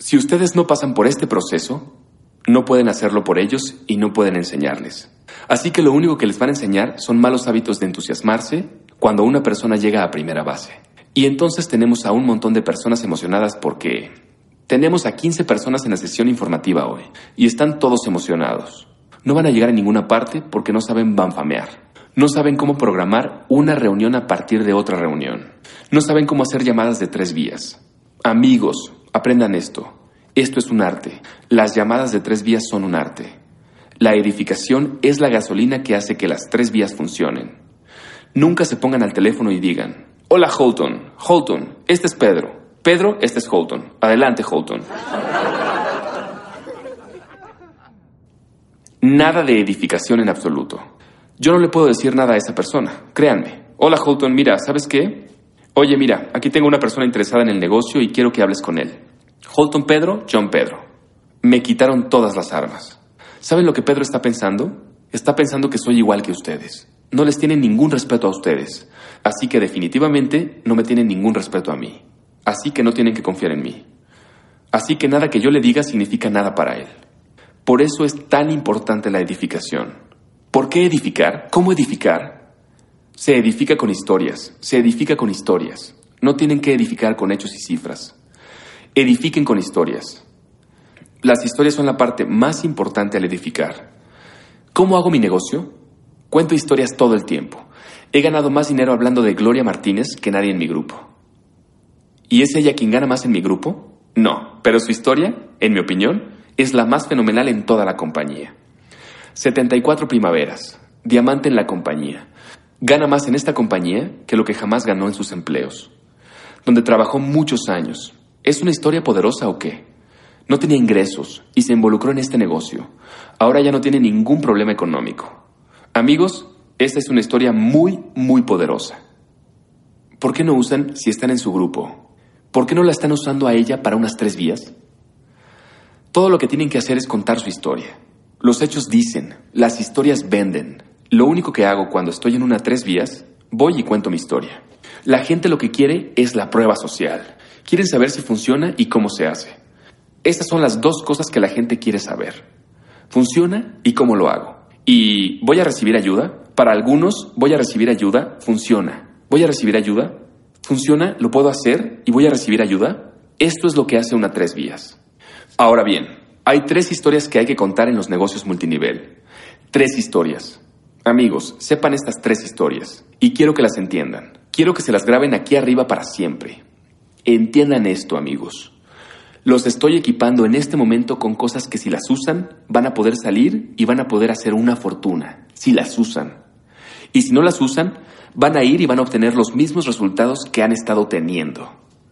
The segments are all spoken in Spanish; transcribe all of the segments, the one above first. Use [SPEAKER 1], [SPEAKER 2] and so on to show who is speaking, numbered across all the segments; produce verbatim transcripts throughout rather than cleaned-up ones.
[SPEAKER 1] Si ustedes no pasan por este proceso, no pueden hacerlo por ellos y no pueden enseñarles. Así que lo único que les van a enseñar son malos hábitos de entusiasmarse cuando una persona llega a primera base. Y entonces tenemos a un montón de personas emocionadas porque tenemos a quince personas en la sesión informativa hoy y están todos emocionados. No van a llegar a ninguna parte porque no saben banfamear. No saben cómo programar una reunión a partir de otra reunión. No saben cómo hacer llamadas de tres vías. Amigos, aprendan esto. Esto es un arte. Las llamadas de tres vías son un arte. La edificación es la gasolina que hace que las tres vías funcionen. Nunca se pongan al teléfono y digan: hola Holton, Holton, este es Pedro. Pedro, este es Holton. Adelante, Holton. Nada de edificación en absoluto. Yo no le puedo decir nada a esa persona, créanme. Hola Holton, mira, ¿sabes qué? Oye, mira, aquí tengo una persona interesada en el negocio y quiero que hables con él. Holton Pedro, John Pedro. Me quitaron todas las armas. ¿Saben lo que Pedro está pensando? Está pensando que soy igual que ustedes. No les tienen ningún respeto a ustedes. Así que definitivamente no me tienen ningún respeto a mí. Así que no tienen que confiar en mí. Así que nada que yo le diga significa nada para él. Por eso es tan importante la edificación. ¿Por qué edificar? ¿Cómo edificar? Se edifica con historias. Se edifica con historias. No tienen que edificar con hechos y cifras. Edifiquen con historias. Las historias son la parte más importante al edificar. ¿Cómo hago mi negocio? Cuento historias todo el tiempo. He ganado más dinero hablando de Gloria Martínez que nadie en mi grupo. ¿Y es ella quien gana más en mi grupo? No, pero su historia, en mi opinión, es la más fenomenal en toda la compañía. setenta y cuatro primaveras, diamante en la compañía. Gana más en esta compañía que lo que jamás ganó en sus empleos, donde trabajó muchos años. ¿Es una historia poderosa o qué? No tenía ingresos y se involucró en este negocio. Ahora ya no tiene ningún problema económico. Amigos, esta es una historia muy, muy poderosa. ¿Por qué no usan si están en su grupo? ¿Por qué no la están usando a ella para unas tres vías? Todo lo que tienen que hacer es contar su historia. Los hechos dicen, las historias venden. Lo único que hago cuando estoy en una tres vías, voy y cuento mi historia. La gente lo que quiere es la prueba social. Quieren saber si funciona y cómo se hace. Estas son las dos cosas que la gente quiere saber. ¿Funciona y cómo lo hago? ¿Y voy a recibir ayuda? Para algunos, voy a recibir ayuda, funciona. ¿Voy a recibir ayuda? ¿Funciona? ¿Lo puedo hacer? ¿Y voy a recibir ayuda? Esto es lo que hace una tres vías. Ahora bien, hay tres historias que hay que contar en los negocios multinivel. Tres historias. Amigos, sepan estas tres historias. Y quiero que las entiendan. Quiero que se las graben aquí arriba para siempre. Entiendan esto, amigos. Los estoy equipando en este momento con cosas que si las usan, van a poder salir y van a poder hacer una fortuna. Si las usan. Y si no las usan, van a ir y van a obtener los mismos resultados que han estado teniendo.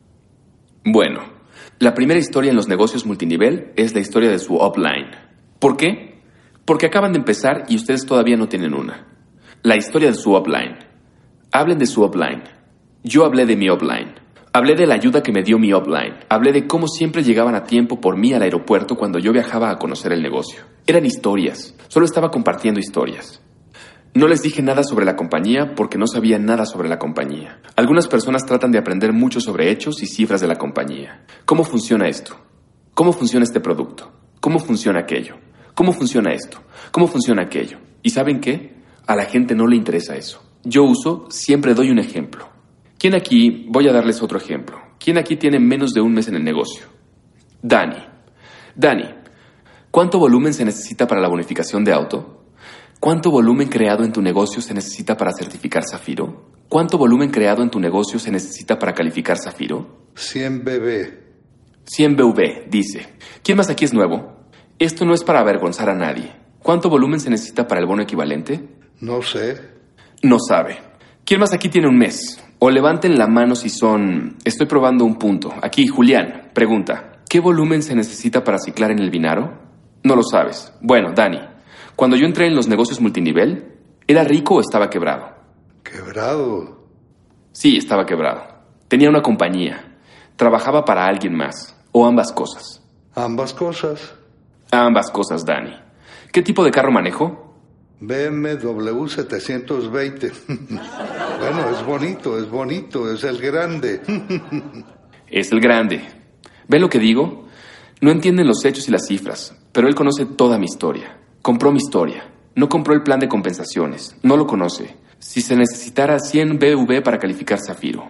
[SPEAKER 1] Bueno, la primera historia en los negocios multinivel es la historia de su upline. ¿Por qué? Porque acaban de empezar y ustedes todavía no tienen una. La historia de su upline. Hablen de su upline. Yo hablé de mi upline. Hablé de la ayuda que me dio mi upline. Hablé de cómo siempre llegaban a tiempo por mí al aeropuerto cuando yo viajaba a conocer el negocio. Eran historias. Solo estaba compartiendo historias. No les dije nada sobre la compañía porque no sabía nada sobre la compañía. Algunas personas tratan de aprender mucho sobre hechos y cifras de la compañía. ¿Cómo funciona esto? ¿Cómo funciona este producto? ¿Cómo funciona aquello? ¿Cómo funciona esto? ¿Cómo funciona aquello? ¿Y saben qué? A la gente no le interesa eso. Yo uso, siempre doy un ejemplo. ¿Quién aquí, voy a darles otro ejemplo. ¿Quién aquí tiene menos de un mes en el negocio? Dani. Dani, ¿cuánto volumen se necesita para la bonificación de auto? ¿Cuánto volumen creado en tu negocio se necesita para certificar Zafiro? ¿Cuánto volumen creado en tu negocio se necesita para calificar Zafiro?
[SPEAKER 2] cien B B.
[SPEAKER 1] cien B V, dice. ¿Quién más aquí es nuevo? Esto no es para avergonzar a nadie. ¿Cuánto volumen se necesita para el bono equivalente?
[SPEAKER 2] No sé.
[SPEAKER 1] No sabe. ¿Quién más aquí tiene un mes? O levanten la mano si son... Estoy probando un punto. Aquí, Julián, pregunta. ¿Qué volumen se necesita para ciclar en el Binaro? No lo sabes. Bueno, Dani, cuando yo entré en los negocios multinivel, ¿era rico o estaba quebrado?
[SPEAKER 2] ¿Quebrado?
[SPEAKER 1] Sí, estaba quebrado. Tenía una compañía. Trabajaba para alguien más. O ambas cosas.
[SPEAKER 2] Ambas cosas.
[SPEAKER 1] Ambas cosas, Dani. ¿Qué tipo de carro manejo?
[SPEAKER 2] B M W setecientos veinte. Bueno, es bonito, es bonito, es el grande.
[SPEAKER 1] Es el grande. ¿Ven lo que digo? No entienden los hechos y las cifras, pero él conoce toda mi historia. Compró mi historia. No compró el plan de compensaciones. No lo conoce. Si se necesitara cien B V para calificar Zafiro.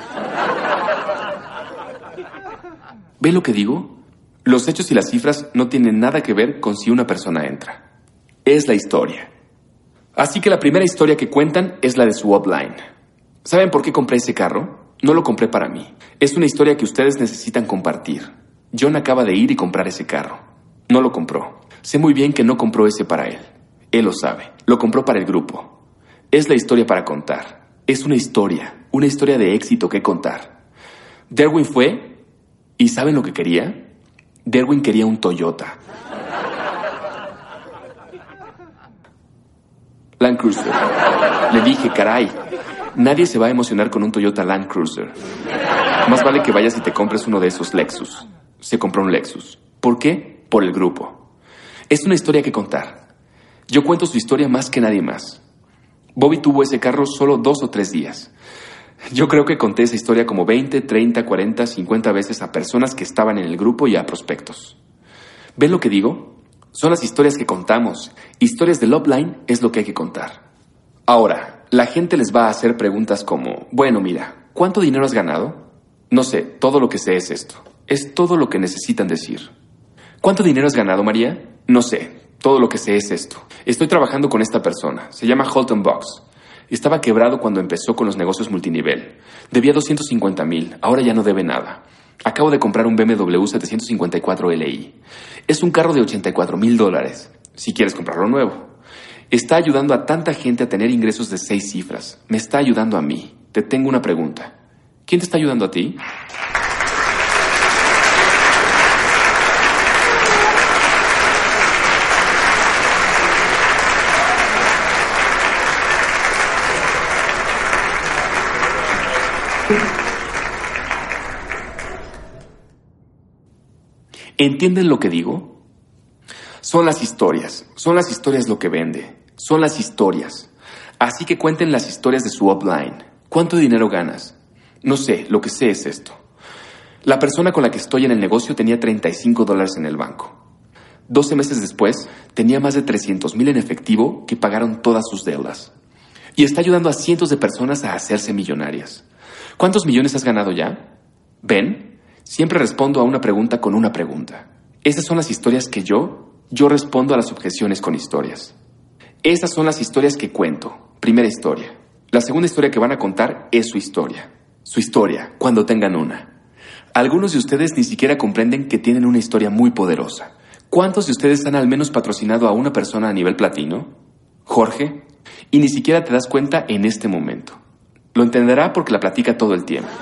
[SPEAKER 1] ¿Ve lo que digo? Los hechos y las cifras no tienen nada que ver con si una persona entra. Es la historia. Así que la primera historia que cuentan es la de su upline. ¿Saben por qué compré ese carro? No lo compré para mí. Es una historia que ustedes necesitan compartir. John acaba de ir y comprar ese carro. No lo compró. Sé muy bien que no compró ese para él. Él lo sabe. Lo compró para el grupo. Es la historia para contar. Es una historia. Una historia de éxito que contar. Derwin fue... ¿Y saben lo que quería? Derwin quería un Toyota. Land Cruiser. Le dije, caray, nadie se va a emocionar con un Toyota Land Cruiser. Más vale que vayas y te compres uno de esos Lexus. Se compró un Lexus. ¿Por qué? Por el grupo. Es una historia que contar. Yo cuento su historia más que nadie más. Bobby tuvo ese carro solo dos o tres días. Yo creo que conté esa historia como veinte, treinta, cuarenta, cincuenta veces a personas que estaban en el grupo y a prospectos. ¿Ven lo que digo? Son las historias que contamos. Historias del upline es lo que hay que contar. Ahora, la gente les va a hacer preguntas como, bueno, mira, ¿cuánto dinero has ganado? No sé, todo lo que sé es esto. Es todo lo que necesitan decir. ¿Cuánto dinero has ganado, María? No sé, todo lo que sé es esto. Estoy trabajando con esta persona. Se llama Holton Box. Estaba quebrado cuando empezó con los negocios multinivel. Debía doscientos cincuenta mil, ahora ya no debe nada. Acabo de comprar un B M W setecientos cincuenta y cuatro L I. Es un carro de ochenta y cuatro mil dólares, si quieres comprarlo nuevo. Está ayudando a tanta gente a tener ingresos de seis cifras. Me está ayudando a mí. Te tengo una pregunta. ¿Quién te está ayudando a ti? ¿Entienden lo que digo? Son las historias. Son las historias lo que vende. Son las historias. Así que cuenten las historias de su upline. ¿Cuánto dinero ganas? No sé, lo que sé es esto. La persona con la que estoy en el negocio tenía treinta y cinco dólares en el banco. doce meses después, tenía más de trescientos mil en efectivo que pagaron todas sus deudas. Y está ayudando a cientos de personas a hacerse millonarias. ¿Cuántos millones has ganado ya? ¿Ven? Siempre respondo a una pregunta con una pregunta. Esas son las historias que yo, yo respondo a las objeciones con historias. Esas son las historias que cuento. Primera historia. La segunda historia que van a contar es su historia. Su historia, cuando tengan una. Algunos de ustedes ni siquiera comprenden que tienen una historia muy poderosa. ¿Cuántos de ustedes han al menos patrocinado a una persona a nivel platino? Jorge. Y ni siquiera te das cuenta en este momento. Lo entenderá porque la platica todo el tiempo.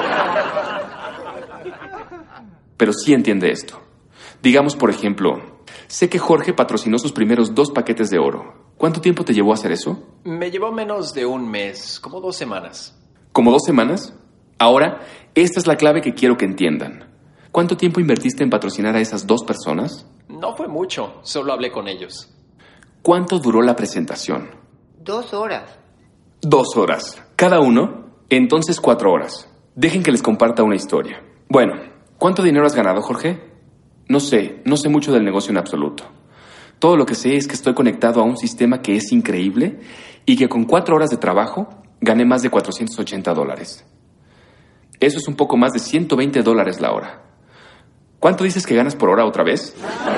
[SPEAKER 1] Pero sí entiende esto. Digamos, por ejemplo, sé que Jorge patrocinó sus primeros dos paquetes de oro. ¿Cuánto tiempo te llevó a hacer eso?
[SPEAKER 3] Me llevó menos de un mes, como dos semanas.
[SPEAKER 1] ¿Como dos semanas? Ahora, esta es la clave que quiero que entiendan. ¿Cuánto tiempo invertiste en patrocinar a esas dos personas?
[SPEAKER 3] No fue mucho, solo hablé con ellos.
[SPEAKER 1] ¿Cuánto duró la presentación?
[SPEAKER 4] Dos horas.
[SPEAKER 1] Dos horas. ¿Cada uno? Entonces cuatro horas. Dejen que les comparta una historia. Bueno, ¿cuánto dinero has ganado, Jorge? No sé, no sé mucho del negocio en absoluto. Todo lo que sé es que estoy conectado a un sistema que es increíble y que con cuatro horas de trabajo gané más de cuatrocientos ochenta dólares. Eso es un poco más de ciento veinte dólares la hora. ¿Cuánto dices que ganas por hora otra vez?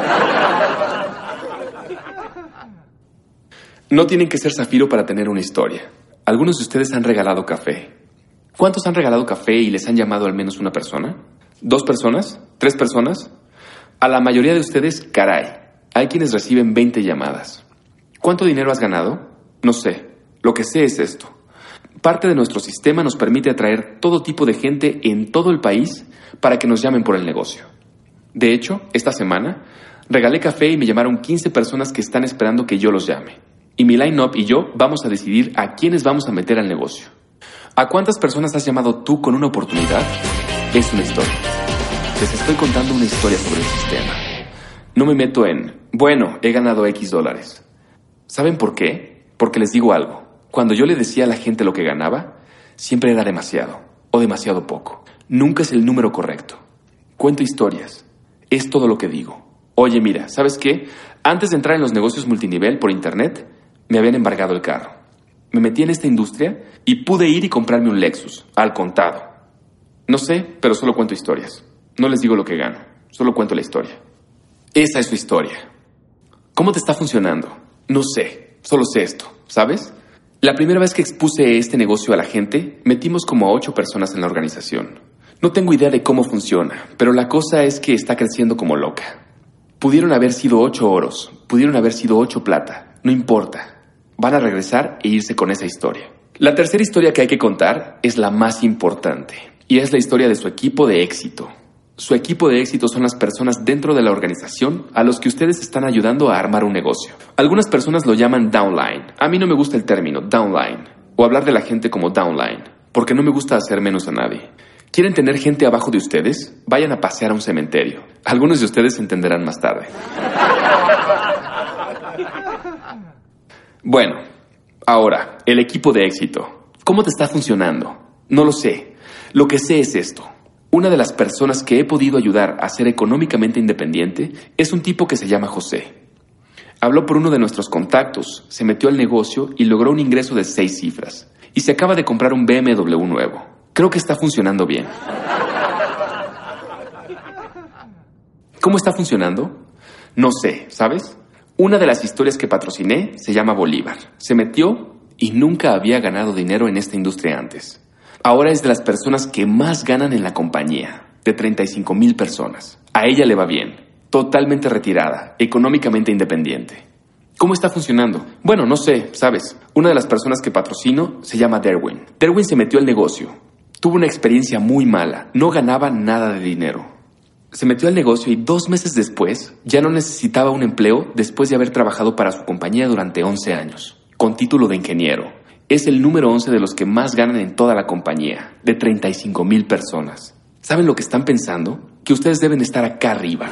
[SPEAKER 1] No tienen que ser Zafiro para tener una historia. Algunos de ustedes han regalado café. ¿Cuántos han regalado café y les han llamado al menos una persona? ¿Dos personas? ¿Tres personas? A la mayoría de ustedes, caray, hay quienes reciben veinte llamadas. ¿Cuánto dinero has ganado? No sé. Lo que sé es esto. Parte de nuestro sistema nos permite atraer todo tipo de gente en todo el país para que nos llamen por el negocio. De hecho, esta semana regalé café y me llamaron quince personas que están esperando que yo los llame. Y mi line-up y yo vamos a decidir a quiénes vamos a meter al negocio. ¿A cuántas personas has llamado tú con una oportunidad? Es una historia. Les estoy contando una historia sobre el sistema. No me meto en, bueno, he ganado X dólares. ¿Saben por qué? Porque les digo algo. Cuando yo le decía a la gente lo que ganaba, siempre era demasiado o demasiado poco. Nunca es el número correcto. Cuento historias. Es todo lo que digo. Oye, mira, ¿sabes qué? Antes de entrar en los negocios multinivel por internet, me habían embargado el carro. Me metí en esta industria y pude ir y comprarme un Lexus, al contado. No sé, pero solo cuento historias. No les digo lo que gano, solo cuento la historia. Esa es su historia. ¿Cómo te está funcionando? No sé, solo sé esto, ¿sabes? La primera vez que expuse este negocio a la gente, metimos como a ocho personas en la organización. No tengo idea de cómo funciona, pero la cosa es que está creciendo como loca. Pudieron haber sido ocho oros, pudieron haber sido ocho plata, no importa. Van a regresar e irse con esa historia. La tercera historia que hay que contar es la más importante, y es la historia de su equipo de éxito. Su equipo de éxito son las personas dentro de la organización a los que ustedes están ayudando a armar un negocio. Algunas personas lo llaman downline. A mí no me gusta el término downline, o hablar de la gente como downline, porque no me gusta hacer menos a nadie. ¿Quieren tener gente abajo de ustedes? Vayan a pasear a un cementerio. Algunos de ustedes entenderán más tarde. Bueno, ahora, el equipo de éxito. ¿Cómo te está funcionando? No lo sé. Lo que sé es esto. Una de las personas que he podido ayudar a ser económicamente independiente es un tipo que se llama José. Habló por uno de nuestros contactos, se metió al negocio y logró un ingreso de seis cifras. Y se acaba de comprar un B M W nuevo. Creo que está funcionando bien. ¿Cómo está funcionando? No sé, ¿sabes? Una de las historias que patrociné se llama Bolívar. Se metió y nunca había ganado dinero en esta industria antes. Ahora es de las personas que más ganan en la compañía, de treinta y cinco mil personas. A ella le va bien, totalmente retirada, económicamente independiente. ¿Cómo está funcionando? Bueno, no sé, ¿sabes? Una de las personas que patrocino se llama Derwin. Derwin se metió al negocio. Tuvo una experiencia muy mala. No ganaba nada de dinero. Se metió al negocio y dos meses después ya no necesitaba un empleo después de haber trabajado para su compañía durante once años. Con título de ingeniero. Es el número once de los que más ganan en toda la compañía, de treinta y cinco mil personas. ¿Saben lo que están pensando? Que ustedes deben estar acá arriba.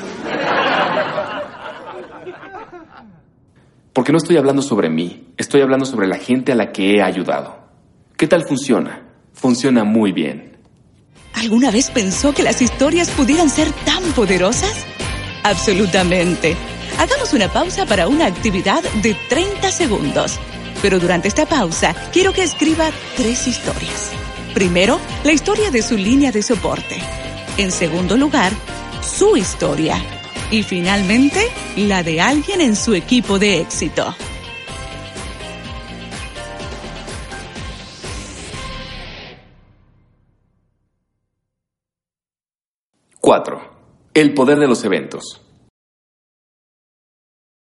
[SPEAKER 1] Porque no estoy hablando sobre mí, estoy hablando sobre la gente a la que he ayudado. ¿Qué tal funciona? Funciona muy bien.
[SPEAKER 4] ¿Alguna vez pensó que las historias pudieran ser tan poderosas? Absolutamente. Hagamos una pausa para una actividad de treinta segundos. Pero durante esta pausa, quiero que escriba tres historias. Primero, la historia de su línea de soporte. En segundo lugar, su historia. Y finalmente, la de alguien en su equipo de éxito.
[SPEAKER 1] cuatro. El poder de los eventos.